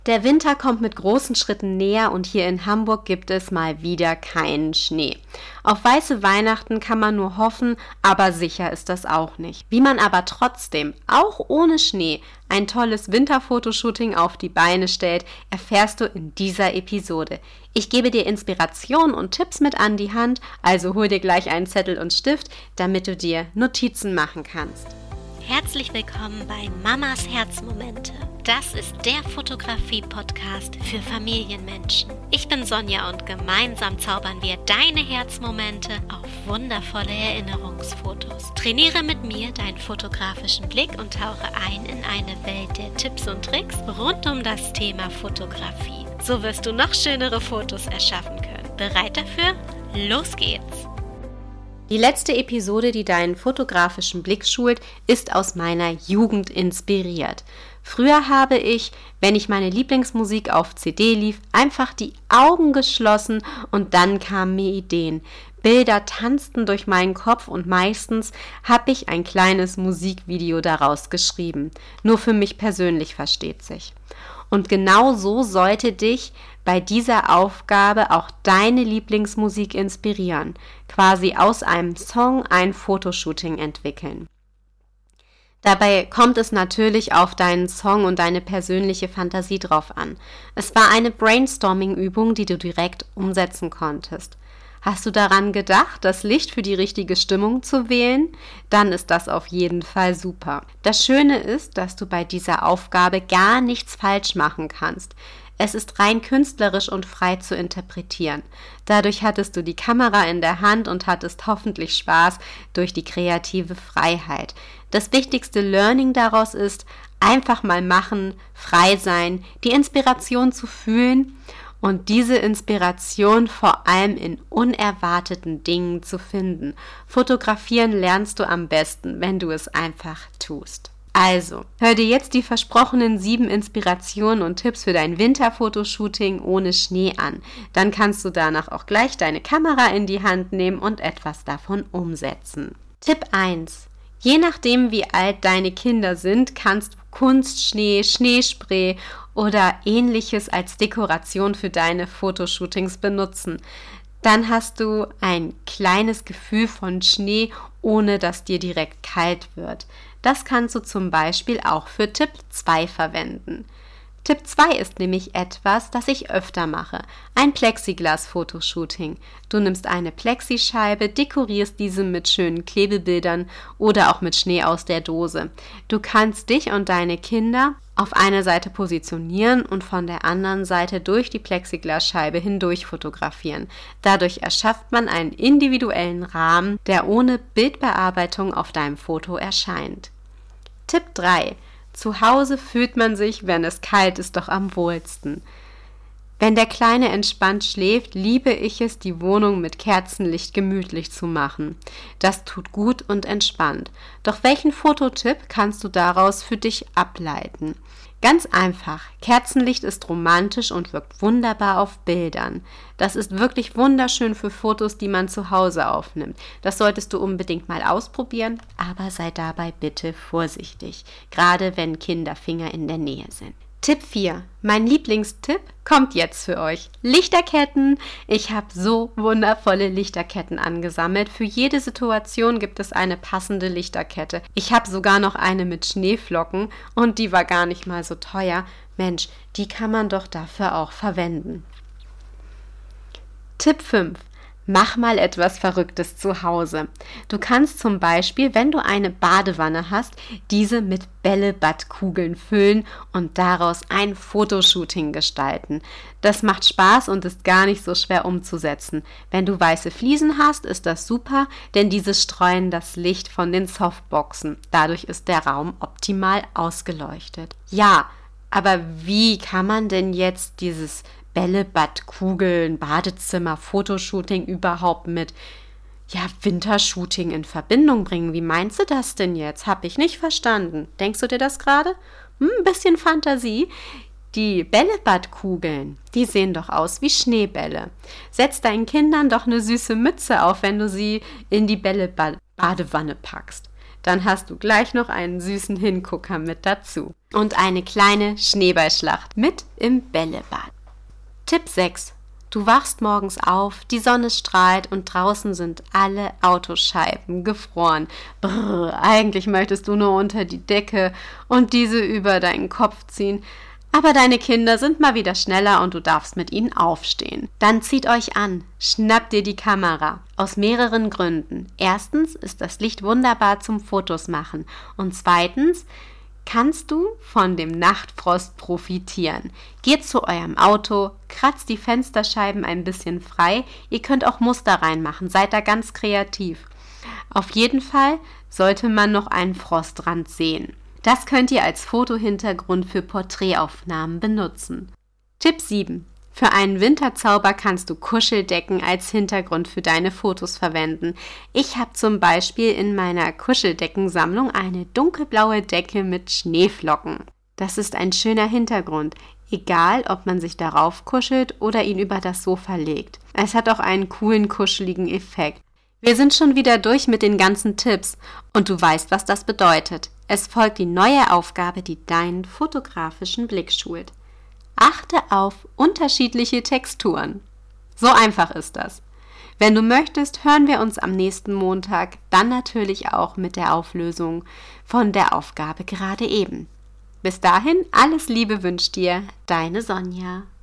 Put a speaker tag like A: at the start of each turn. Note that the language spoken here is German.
A: Der Winter kommt mit großen Schritten näher und hier in Hamburg gibt es mal wieder keinen Schnee. Auf weiße Weihnachten kann man nur hoffen, aber sicher ist das auch nicht. Wie man aber trotzdem, auch ohne Schnee, ein tolles Winterfotoshooting auf die Beine stellt, erfährst du in dieser Episode. Ich gebe dir Inspiration und Tipps mit an die Hand, also hol dir gleich einen Zettel und Stift, damit du dir Notizen machen kannst.
B: Herzlich willkommen bei Mamas Herzmomente. Das ist der Fotografie-Podcast für Familienmenschen. Ich bin Sonja und gemeinsam zaubern wir deine Herzmomente auf wundervolle Erinnerungsfotos. Trainiere mit mir deinen fotografischen Blick und tauche ein in eine Welt der Tipps und Tricks rund um das Thema Fotografie. So wirst du noch schönere Fotos erschaffen können. Bereit dafür? Los geht's!
A: Die letzte Episode, die deinen fotografischen Blick schult, ist aus meiner Jugend inspiriert. Früher habe ich, wenn ich meine Lieblingsmusik auf CD lief, einfach die Augen geschlossen und dann kamen mir Ideen. Bilder tanzten durch meinen Kopf und meistens habe ich ein kleines Musikvideo daraus geschrieben. Nur für mich persönlich, versteht sich. Und genau so sollte dich bei dieser Aufgabe auch deine Lieblingsmusik inspirieren, quasi aus einem Song ein Fotoshooting entwickeln. Dabei kommt es natürlich auf deinen Song und deine persönliche Fantasie drauf an. Es war eine Brainstorming-Übung, die du direkt umsetzen konntest. Hast du daran gedacht, das Licht für die richtige Stimmung zu wählen? Dann ist das auf jeden Fall super. Das Schöne ist, dass du bei dieser Aufgabe gar nichts falsch machen kannst. Es ist rein künstlerisch und frei zu interpretieren. Dadurch hattest du die Kamera in der Hand und hattest hoffentlich Spaß durch die kreative Freiheit. Das wichtigste Learning daraus ist, einfach mal machen, frei sein, die Inspiration zu fühlen und diese Inspiration vor allem in unerwarteten Dingen zu finden. Fotografieren lernst du am besten, wenn du es einfach tust. Also, hör dir jetzt die versprochenen 7 Inspirationen und Tipps für dein Winterfotoshooting ohne Schnee an. Dann kannst du danach auch gleich deine Kamera in die Hand nehmen und etwas davon umsetzen. Tipp 1. Je nachdem, wie alt deine Kinder sind, kannst du Kunstschnee, Schneespray oder Ähnliches als Dekoration für deine Fotoshootings benutzen. Dann hast du ein kleines Gefühl von Schnee, ohne dass dir direkt kalt wird. Das kannst du zum Beispiel auch für Tipp 2 verwenden. Tipp 2 ist nämlich etwas, das ich öfter mache. Ein Plexiglas-Fotoshooting. Du nimmst eine Plexischeibe, dekorierst diese mit schönen Klebebildern oder auch mit Schnee aus der Dose. Du kannst dich und deine Kinder auf einer Seite positionieren und von der anderen Seite durch die Plexiglasscheibe hindurch fotografieren. Dadurch erschafft man einen individuellen Rahmen, der ohne Bildbearbeitung auf deinem Foto erscheint. Tipp 3. Zu Hause fühlt man sich, wenn es kalt ist, doch am wohlsten. Wenn der Kleine entspannt schläft, liebe ich es, die Wohnung mit Kerzenlicht gemütlich zu machen. Das tut gut und entspannt. Doch welchen Fototipp kannst du daraus für dich ableiten? Ganz einfach. Kerzenlicht ist romantisch und wirkt wunderbar auf Bildern. Das ist wirklich wunderschön für Fotos, die man zu Hause aufnimmt. Das solltest du unbedingt mal ausprobieren, aber sei dabei bitte vorsichtig, gerade wenn Kinderfinger in der Nähe sind. Tipp 4. Mein Lieblingstipp kommt jetzt für euch. Lichterketten. Ich habe so wundervolle Lichterketten angesammelt. Für jede Situation gibt es eine passende Lichterkette. Ich habe sogar noch eine mit Schneeflocken und die war gar nicht mal so teuer. Mensch, die kann man doch dafür auch verwenden. Tipp 5. Mach mal etwas Verrücktes zu Hause. Du kannst zum Beispiel, wenn du eine Badewanne hast, diese mit Bällebadkugeln füllen und daraus ein Fotoshooting gestalten. Das macht Spaß und ist gar nicht so schwer umzusetzen. Wenn du weiße Fliesen hast, ist das super, denn diese streuen das Licht von den Softboxen. Dadurch ist der Raum optimal ausgeleuchtet. Ja, aber wie kann man denn jetzt dieses Bällebadkugeln, Badezimmer, Fotoshooting überhaupt mit Wintershooting in Verbindung bringen? Wie meinst du das denn jetzt? Hab ich nicht verstanden. Denkst du dir das gerade? Ein bisschen Fantasie. Die Bällebadkugeln, die sehen doch aus wie Schneebälle. Setz deinen Kindern doch eine süße Mütze auf, wenn du sie in die Bällebad-Badewanne packst. Dann hast du gleich noch einen süßen Hingucker mit dazu. Und eine kleine Schneeballschlacht mit im Bällebad. Tipp 6. Du wachst morgens auf, die Sonne strahlt und draußen sind alle Autoscheiben gefroren. Brrr, eigentlich möchtest du nur unter die Decke und diese über deinen Kopf ziehen. Aber deine Kinder sind mal wieder schneller und du darfst mit ihnen aufstehen. Dann zieht euch an, schnappt dir die Kamera. Aus mehreren Gründen. Erstens ist das Licht wunderbar zum Fotos machen. Und zweitens kannst du von dem Nachtfrost profitieren. Geht zu eurem Auto, kratzt die Fensterscheiben ein bisschen frei. Ihr könnt auch Muster reinmachen, seid da ganz kreativ. Auf jeden Fall sollte man noch einen Frostrand sehen. Das könnt ihr als Fotohintergrund für Porträtaufnahmen benutzen. Tipp 7. Für einen Winterzauber kannst du Kuscheldecken als Hintergrund für deine Fotos verwenden. Ich habe zum Beispiel in meiner Kuscheldeckensammlung eine dunkelblaue Decke mit Schneeflocken. Das ist ein schöner Hintergrund, egal ob man sich darauf kuschelt oder ihn über das Sofa legt. Es hat auch einen coolen, kuscheligen Effekt. Wir sind schon wieder durch mit den ganzen Tipps und du weißt, was das bedeutet. Es folgt die neue Aufgabe, die deinen fotografischen Blick schult. Achte auf unterschiedliche Texturen. So einfach ist das. Wenn du möchtest, hören wir uns am nächsten Montag, dann natürlich auch mit der Auflösung von der Aufgabe gerade eben. Bis dahin, alles Liebe wünscht dir, deine Sonja.